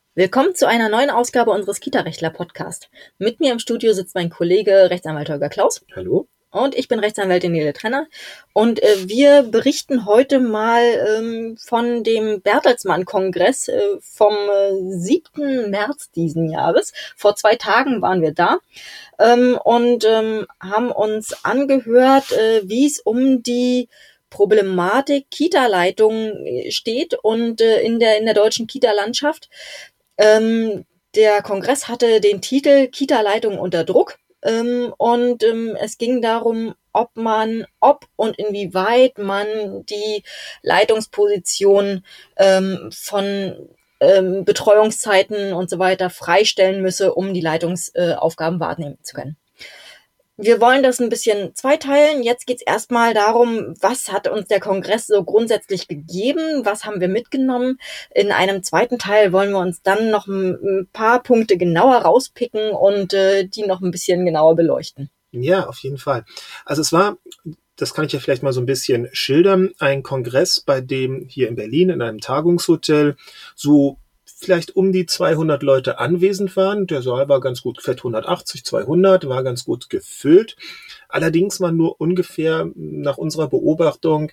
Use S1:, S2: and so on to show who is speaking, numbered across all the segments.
S1: Willkommen zu einer neuen Ausgabe unseres Kita-Rechtler-Podcast. Mit mir im Studio sitzt mein Kollege Rechtsanwalt Holger Klaus.
S2: Hallo.
S1: Und ich bin Rechtsanwältin Nele Trenner. Und wir berichten heute mal von dem Bertelsmann-Kongress vom 7. März diesen Jahres. Vor 2 Tagen waren wir da und haben uns angehört, wie es um die Problematik Kita-Leitung steht und in der deutschen Kita-Landschaft. Der Kongress hatte den Titel Kita-Leitung unter Druck. Und es ging darum, ob und inwieweit man die Leitungsposition von Betreuungszeiten und so weiter freistellen müsse, um die Leitungsaufgaben wahrnehmen zu können. Wir wollen das ein bisschen zweiteilen. Jetzt geht's erstmal darum, was hat uns der Kongress so grundsätzlich gegeben, was haben wir mitgenommen. In einem zweiten Teil wollen wir uns dann noch ein paar Punkte genauer rauspicken und die noch ein bisschen genauer beleuchten.
S2: Ja, auf jeden Fall. Also es war, das kann ich ja vielleicht mal so ein bisschen schildern, ein Kongress, bei dem hier in Berlin in einem Tagungshotel so vielleicht um die 200 Leute anwesend waren. Der Saal war ganz gut, vielleicht 180, 200, war ganz gut gefüllt. Allerdings waren nur ungefähr nach unserer Beobachtung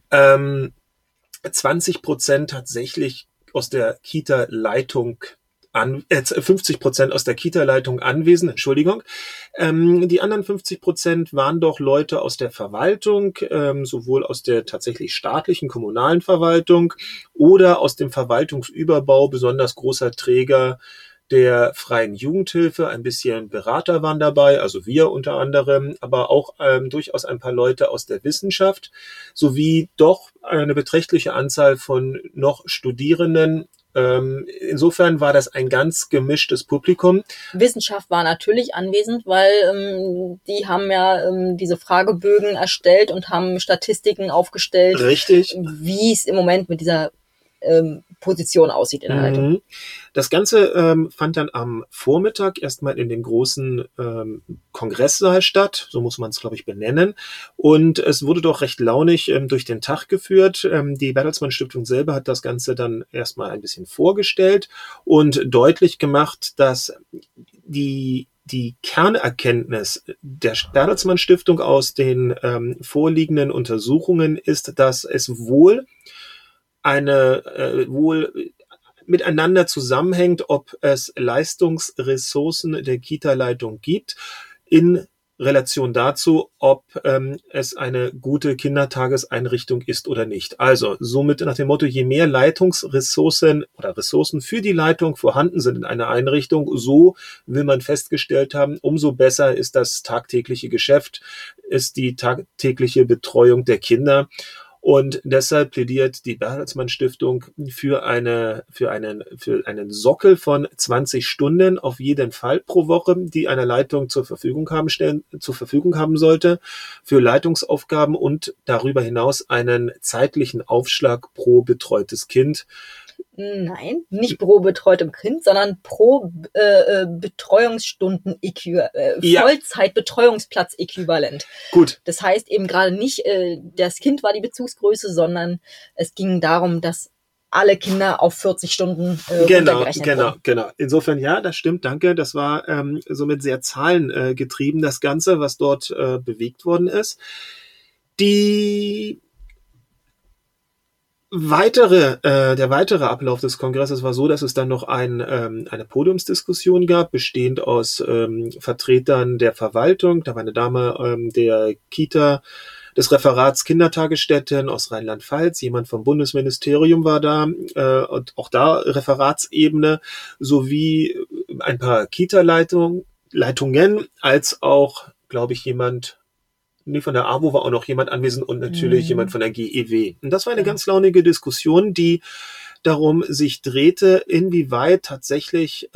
S2: 20% tatsächlich aus der Kita-Leitung 50% aus der Kita-Leitung anwesend, Entschuldigung. Die anderen 50% waren doch Leute aus der Verwaltung, sowohl aus der tatsächlich staatlichen, kommunalen Verwaltung oder aus dem Verwaltungsüberbau besonders großer Träger der freien Jugendhilfe. Ein bisschen Berater waren dabei, also wir unter anderem, aber auch durchaus ein paar Leute aus der Wissenschaft, sowie doch eine beträchtliche Anzahl von noch Studierenden. Insofern war das ein ganz gemischtes Publikum.
S1: Wissenschaft war natürlich anwesend, weil die haben ja diese Fragebögen erstellt und haben Statistiken aufgestellt.
S2: Richtig.
S1: Wie es im Moment mit dieser Position aussieht in der Leitung.
S2: Das Ganze fand dann am Vormittag erstmal in dem großen Kongresssaal statt, so muss man es, glaube ich, benennen. Und es wurde doch recht launig durch den Tag geführt. Die Bertelsmann Stiftung selber hat das Ganze dann erstmal ein bisschen vorgestellt und deutlich gemacht, dass die Kernerkenntnis der Bertelsmann Stiftung aus den vorliegenden Untersuchungen ist, dass es wohl miteinander zusammenhängt, ob es Leistungsressourcen der Kita-Leitung gibt, in Relation dazu, ob es eine gute Kindertageseinrichtung ist oder nicht. Also somit nach dem Motto, je mehr Leitungsressourcen oder Ressourcen für die Leitung vorhanden sind in einer Einrichtung, so will man festgestellt haben, umso besser ist das tagtägliche Geschäft, ist die tagtägliche Betreuung der Kinder. Und deshalb plädiert die Bertelsmann Stiftung für einen Sockel von 20 Stunden auf jeden Fall pro Woche, die eine Leitung zur Verfügung haben sollte, für Leitungsaufgaben und darüber hinaus einen zeitlichen Aufschlag pro betreutes Kind.
S1: Nein, nicht pro betreutem Kind, sondern pro Betreuungsstunden Vollzeitbetreuungsplatz-Äquivalent.
S2: Gut.
S1: Das heißt eben gerade nicht, das Kind war die Bezugsgröße, sondern es ging darum, dass alle Kinder auf 40 Stunden runtergerechnet wurden.
S2: Genau. Insofern, ja, das stimmt, danke. Das war somit sehr zahlengetrieben, das Ganze, was dort bewegt worden ist. Der weitere Ablauf des Kongresses war so, dass es dann noch eine Podiumsdiskussion gab, bestehend aus Vertretern der Verwaltung. Da war eine Dame der Kita, des Referats Kindertagesstätten aus Rheinland-Pfalz, jemand vom Bundesministerium war da, und auch da Referatsebene, sowie ein paar Kita-Leitungen, als auch, glaube ich, von der AWO war auch noch jemand anwesend und natürlich jemand von der GEW. Und das war eine ganz launige Diskussion, die darum sich drehte, inwieweit tatsächlich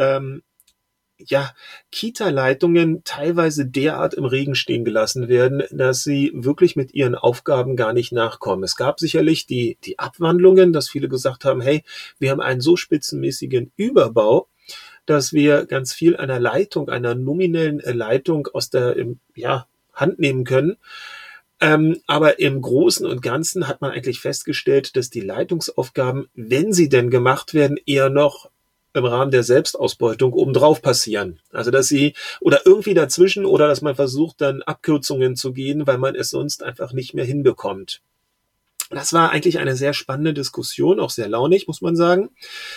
S2: Kita-Leitungen teilweise derart im Regen stehen gelassen werden, dass sie wirklich mit ihren Aufgaben gar nicht nachkommen. Es gab sicherlich die Abwandlungen, dass viele gesagt haben, hey, wir haben einen so spitzenmäßigen Überbau, dass wir ganz viel einer nominellen Leitung aus der Hand nehmen können. Aber im Großen und Ganzen hat man eigentlich festgestellt, dass die Leitungsaufgaben, wenn sie denn gemacht werden, eher noch im Rahmen der Selbstausbeutung obendrauf passieren. Also dass sie oder irgendwie dazwischen oder dass man versucht, dann Abkürzungen zu gehen, weil man es sonst einfach nicht mehr hinbekommt. Das war eigentlich eine sehr spannende Diskussion, auch sehr launig, muss man sagen.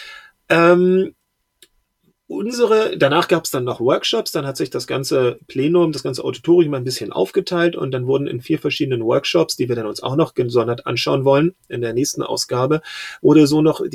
S2: Danach gab es dann noch Workshops, dann hat sich das ganze Plenum, das ganze Auditorium ein bisschen aufgeteilt und dann wurden in 4 verschiedenen Workshops, die wir dann uns auch noch gesondert anschauen wollen, in der nächsten Ausgabe, wurde so noch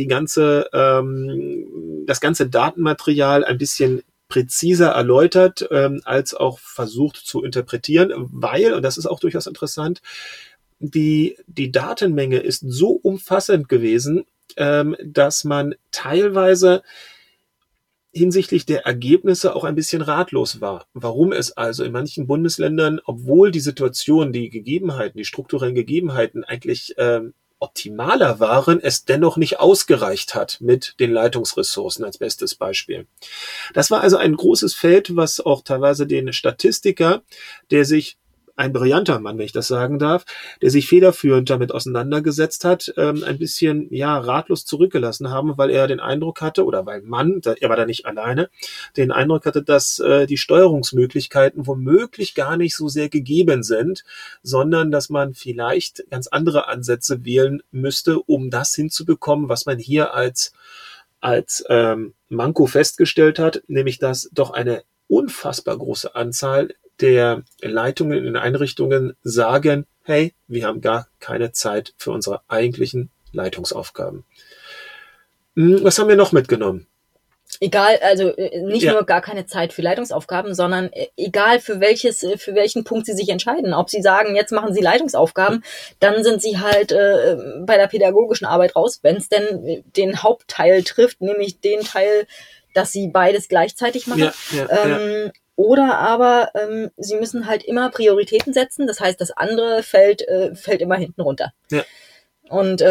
S2: das ganze Datenmaterial ein bisschen präziser erläutert, als auch versucht zu interpretieren, weil, und das ist auch durchaus interessant, die Datenmenge ist so umfassend gewesen, dass man teilweise hinsichtlich der Ergebnisse auch ein bisschen ratlos war. Warum es also in manchen Bundesländern, obwohl die Situation, die Gegebenheiten, die strukturellen Gegebenheiten eigentlich optimaler waren, es dennoch nicht ausgereicht hat mit den Leitungsressourcen als bestes Beispiel. Das war also ein großes Feld, was auch teilweise den Statistiker, der sich ein brillanter Mann, wenn ich das sagen darf, der sich federführend damit auseinandergesetzt hat, ein bisschen ratlos zurückgelassen haben, weil er den Eindruck hatte, oder weil er war da nicht alleine, den Eindruck hatte, dass die Steuerungsmöglichkeiten womöglich gar nicht so sehr gegeben sind, sondern dass man vielleicht ganz andere Ansätze wählen müsste, um das hinzubekommen, was man hier als Manko festgestellt hat, nämlich dass doch eine unfassbar große Anzahl der Leitungen in den Einrichtungen sagen, hey, wir haben gar keine Zeit für unsere eigentlichen Leitungsaufgaben. Was haben wir noch mitgenommen?
S1: Egal, also nicht nur gar keine Zeit für Leitungsaufgaben, sondern egal für welchen Punkt Sie sich entscheiden. Ob Sie sagen, jetzt machen Sie Leitungsaufgaben, dann sind Sie halt bei der pädagogischen Arbeit raus, wenn es denn den Hauptteil trifft, nämlich den Teil, dass Sie beides gleichzeitig machen. Oder aber Sie müssen halt immer Prioritäten setzen, das heißt, das andere fällt immer hinten runter. Ja. Und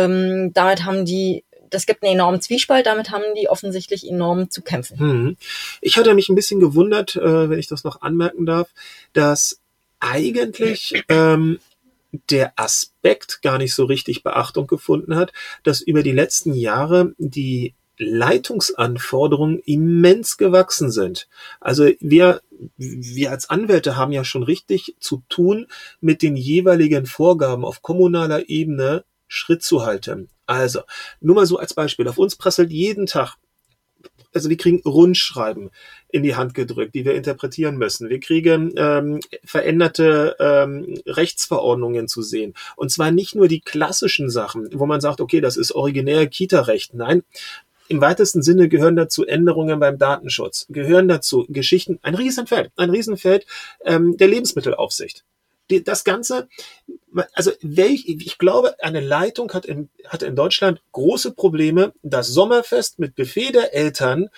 S1: das gibt einen enormen Zwiespalt, damit haben die offensichtlich enorm zu kämpfen.
S2: Ich hatte mich ein bisschen gewundert, wenn ich das noch anmerken darf, dass eigentlich der Aspekt gar nicht so richtig Beachtung gefunden hat, dass über die letzten Jahre die Leitungsanforderungen immens gewachsen sind. Also wir als Anwälte haben ja schon richtig zu tun, mit den jeweiligen Vorgaben auf kommunaler Ebene Schritt zu halten. Also, nur mal so als Beispiel, auf uns prasselt jeden Tag, also wir kriegen Rundschreiben in die Hand gedrückt, die wir interpretieren müssen. Wir kriegen veränderte Rechtsverordnungen zu sehen. Und zwar nicht nur die klassischen Sachen, wo man sagt, okay, das ist originär Kita-Recht. Nein, im weitesten Sinne gehören dazu Änderungen beim Datenschutz, gehören dazu Geschichten, ein Riesenfeld der Lebensmittelaufsicht. Das Ganze, also ich glaube, eine Leitung hat in Deutschland große Probleme, das Sommerfest mit Buffet der Eltern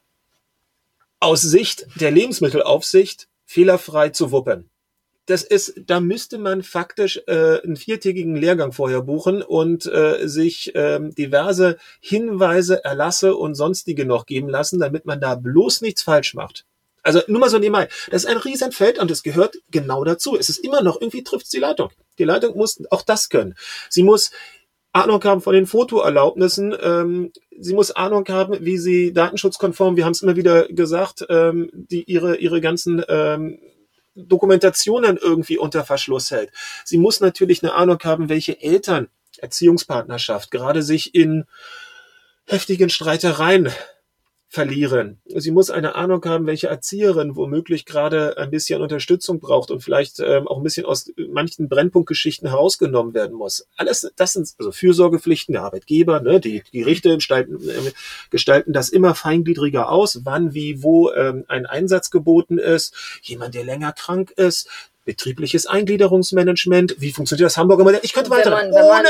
S2: aus Sicht der Lebensmittelaufsicht fehlerfrei zu wuppen. Da müsste man faktisch einen 4-tägigen Lehrgang vorher buchen und sich diverse Hinweise, Erlasse und sonstige noch geben lassen, damit man da bloß nichts falsch macht. Also nur mal so nebenbei. Das ist ein Riesenfeld und es gehört genau dazu. Es ist immer noch, irgendwie trifft es die Leitung. Die Leitung muss auch das können. Sie muss Ahnung haben von den Fotoerlaubnissen. Sie muss Ahnung haben, wie sie datenschutzkonform, wir haben es immer wieder gesagt, ihre ganzen Dokumentationen irgendwie unter Verschluss hält. Sie muss natürlich eine Ahnung haben, welche Eltern Erziehungspartnerschaft gerade sich in heftigen Streitereien verlieren. Sie muss eine Ahnung haben, welche Erzieherin womöglich gerade ein bisschen Unterstützung braucht und vielleicht auch ein bisschen aus manchen Brennpunktgeschichten herausgenommen werden muss. Alles, das sind also Fürsorgepflichten der Arbeitgeber, ne? Die Gerichte gestalten das immer feingliedriger aus, wann, wie, wo ein Einsatz geboten ist. Jemand, der länger krank ist, betriebliches Eingliederungsmanagement, wie funktioniert das Hamburger Modell? Ich könnte weiterreden.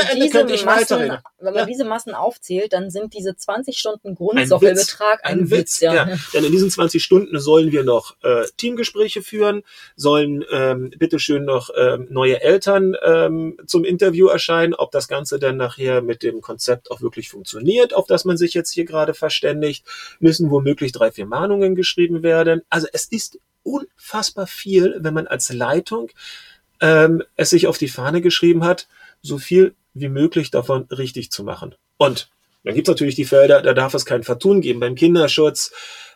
S1: Wenn man diese Massen aufzählt, dann sind diese 20 Stunden Grundsockelbetrag ein Witz. Ja.
S2: Denn in diesen 20 Stunden sollen wir noch Teamgespräche führen, sollen bitteschön noch neue Eltern zum Interview erscheinen, ob das Ganze dann nachher mit dem Konzept auch wirklich funktioniert, auf das man sich jetzt hier gerade verständigt, müssen womöglich 3-4 Mahnungen geschrieben werden. Also es ist unfassbar viel, wenn man als Leitung es sich auf die Fahne geschrieben hat, so viel wie möglich davon richtig zu machen. Und Dann gibt es natürlich die Fälle, da darf es kein Vertun geben, beim Kinderschutz,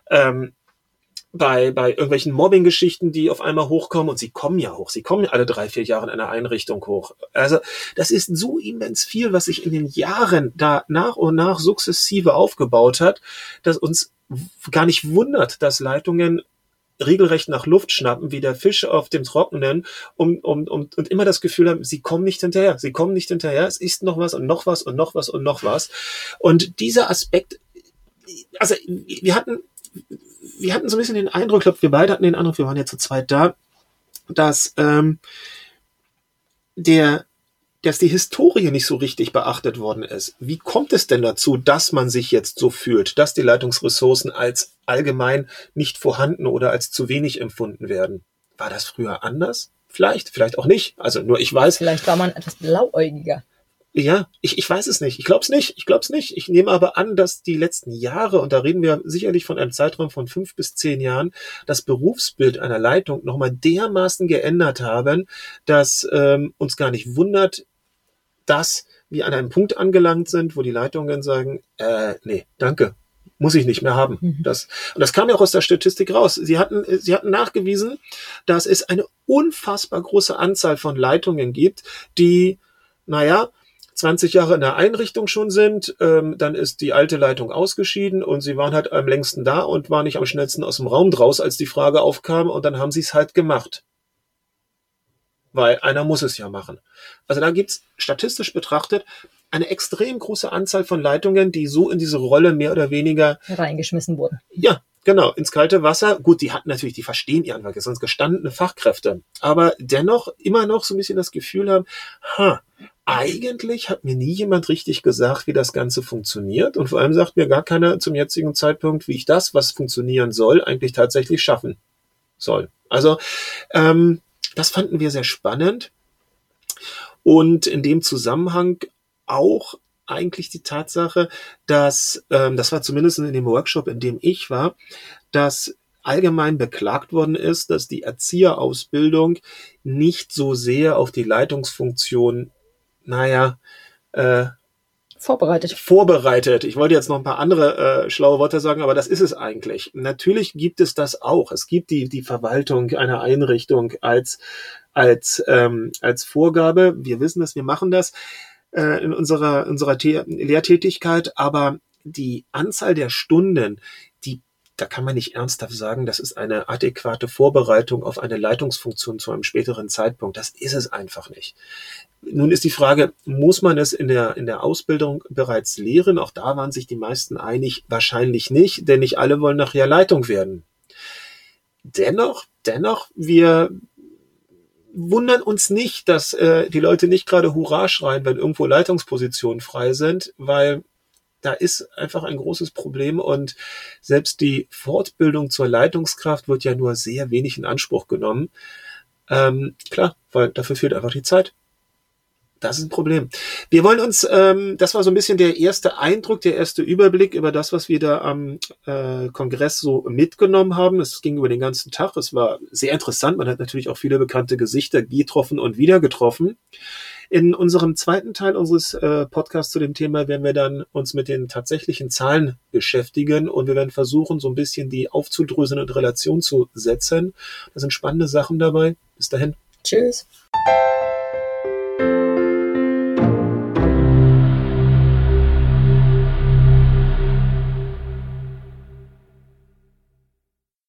S2: bei irgendwelchen Mobbing-Geschichten, die auf einmal hochkommen, und sie kommen ja hoch, sie kommen ja alle 3-4 Jahre in einer Einrichtung hoch. Also das ist so immens viel, was sich in den Jahren da nach und nach sukzessive aufgebaut hat, dass uns gar nicht wundert, dass Leitungen regelrecht nach Luft schnappen, wie der Fisch auf dem Trockenen, und immer das Gefühl haben, sie kommen nicht hinterher, es ist noch was und noch was und noch was und noch was. Und dieser Aspekt, also wir hatten so ein bisschen den Eindruck, ich glaube, wir beide hatten den Eindruck, wir waren ja zu zweit da, dass die Historie nicht so richtig beachtet worden ist. Wie kommt es denn dazu, dass man sich jetzt so fühlt, dass die Leitungsressourcen als allgemein nicht vorhanden oder als zu wenig empfunden werden? War das früher anders? Vielleicht auch nicht. Also nur ich weiß.
S1: Vielleicht war man etwas blauäugiger.
S2: Ja, ich weiß es nicht. Ich glaube es nicht. Ich nehme aber an, dass die letzten Jahre, und da reden wir sicherlich von einem Zeitraum von 5 bis 10 Jahren, das Berufsbild einer Leitung nochmal dermaßen geändert haben, dass uns gar nicht wundert, dass wir an einem Punkt angelangt sind, wo die Leitungen sagen, nee, danke, muss ich nicht mehr haben. Und das kam ja auch aus der Statistik raus. Sie hatten nachgewiesen, dass es eine unfassbar große Anzahl von Leitungen gibt, die, 20 Jahre in der Einrichtung schon sind, dann ist die alte Leitung ausgeschieden und sie waren halt am längsten da und waren nicht am schnellsten aus dem Raum draus, als die Frage aufkam, und dann haben sie es halt gemacht. Weil einer muss es ja machen. Also da gibt's statistisch betrachtet eine extrem große Anzahl von Leitungen, die so in diese Rolle mehr oder weniger
S1: reingeschmissen wurden.
S2: Ja, genau, ins kalte Wasser. Gut, die verstehen ihr Handwerk, sonst gestandene Fachkräfte. Aber dennoch immer noch so ein bisschen das Gefühl haben, eigentlich hat mir nie jemand richtig gesagt, wie das Ganze funktioniert. Und vor allem sagt mir gar keiner zum jetzigen Zeitpunkt, wie ich das, was funktionieren soll, eigentlich tatsächlich schaffen soll. Also, das fanden wir sehr spannend. Und in dem Zusammenhang auch eigentlich die Tatsache, dass, das war zumindest in dem Workshop, in dem ich war, dass allgemein beklagt worden ist, dass die Erzieherausbildung nicht so sehr auf die Leitungsfunktion, vorbereitet. Ich wollte jetzt noch ein paar andere schlaue Worte sagen, aber das ist es eigentlich. Natürlich gibt es das auch. Es gibt die Verwaltung einer Einrichtung als Vorgabe. Wir wissen das, wir machen das in unserer Lehrtätigkeit, aber die Anzahl der Stunden, da kann man nicht ernsthaft sagen, das ist eine adäquate Vorbereitung auf eine Leitungsfunktion zu einem späteren Zeitpunkt. Das ist es einfach nicht. Nun ist die Frage, muss man es in der Ausbildung bereits lehren? Auch da waren sich die meisten einig, wahrscheinlich nicht, denn nicht alle wollen nachher Leitung werden. Dennoch, wir wundern uns nicht, dass die Leute nicht gerade Hurra schreien, wenn irgendwo Leitungspositionen frei sind, weil da ist einfach ein großes Problem, und selbst die Fortbildung zur Leitungskraft wird ja nur sehr wenig in Anspruch genommen. Klar, weil dafür fehlt einfach die Zeit. Das ist ein Problem. Wir wollen uns, das war so ein bisschen der erste Eindruck, der erste Überblick über das, was wir da am Kongress so mitgenommen haben. Es ging über den ganzen Tag. Es war sehr interessant. Man hat natürlich auch viele bekannte Gesichter getroffen und wieder getroffen. In unserem zweiten Teil unseres Podcasts zu dem Thema werden wir dann uns mit den tatsächlichen Zahlen beschäftigen, und wir werden versuchen, so ein bisschen die aufzudröseln und in Relation zu setzen. Da sind spannende Sachen dabei. Bis dahin.
S1: Tschüss.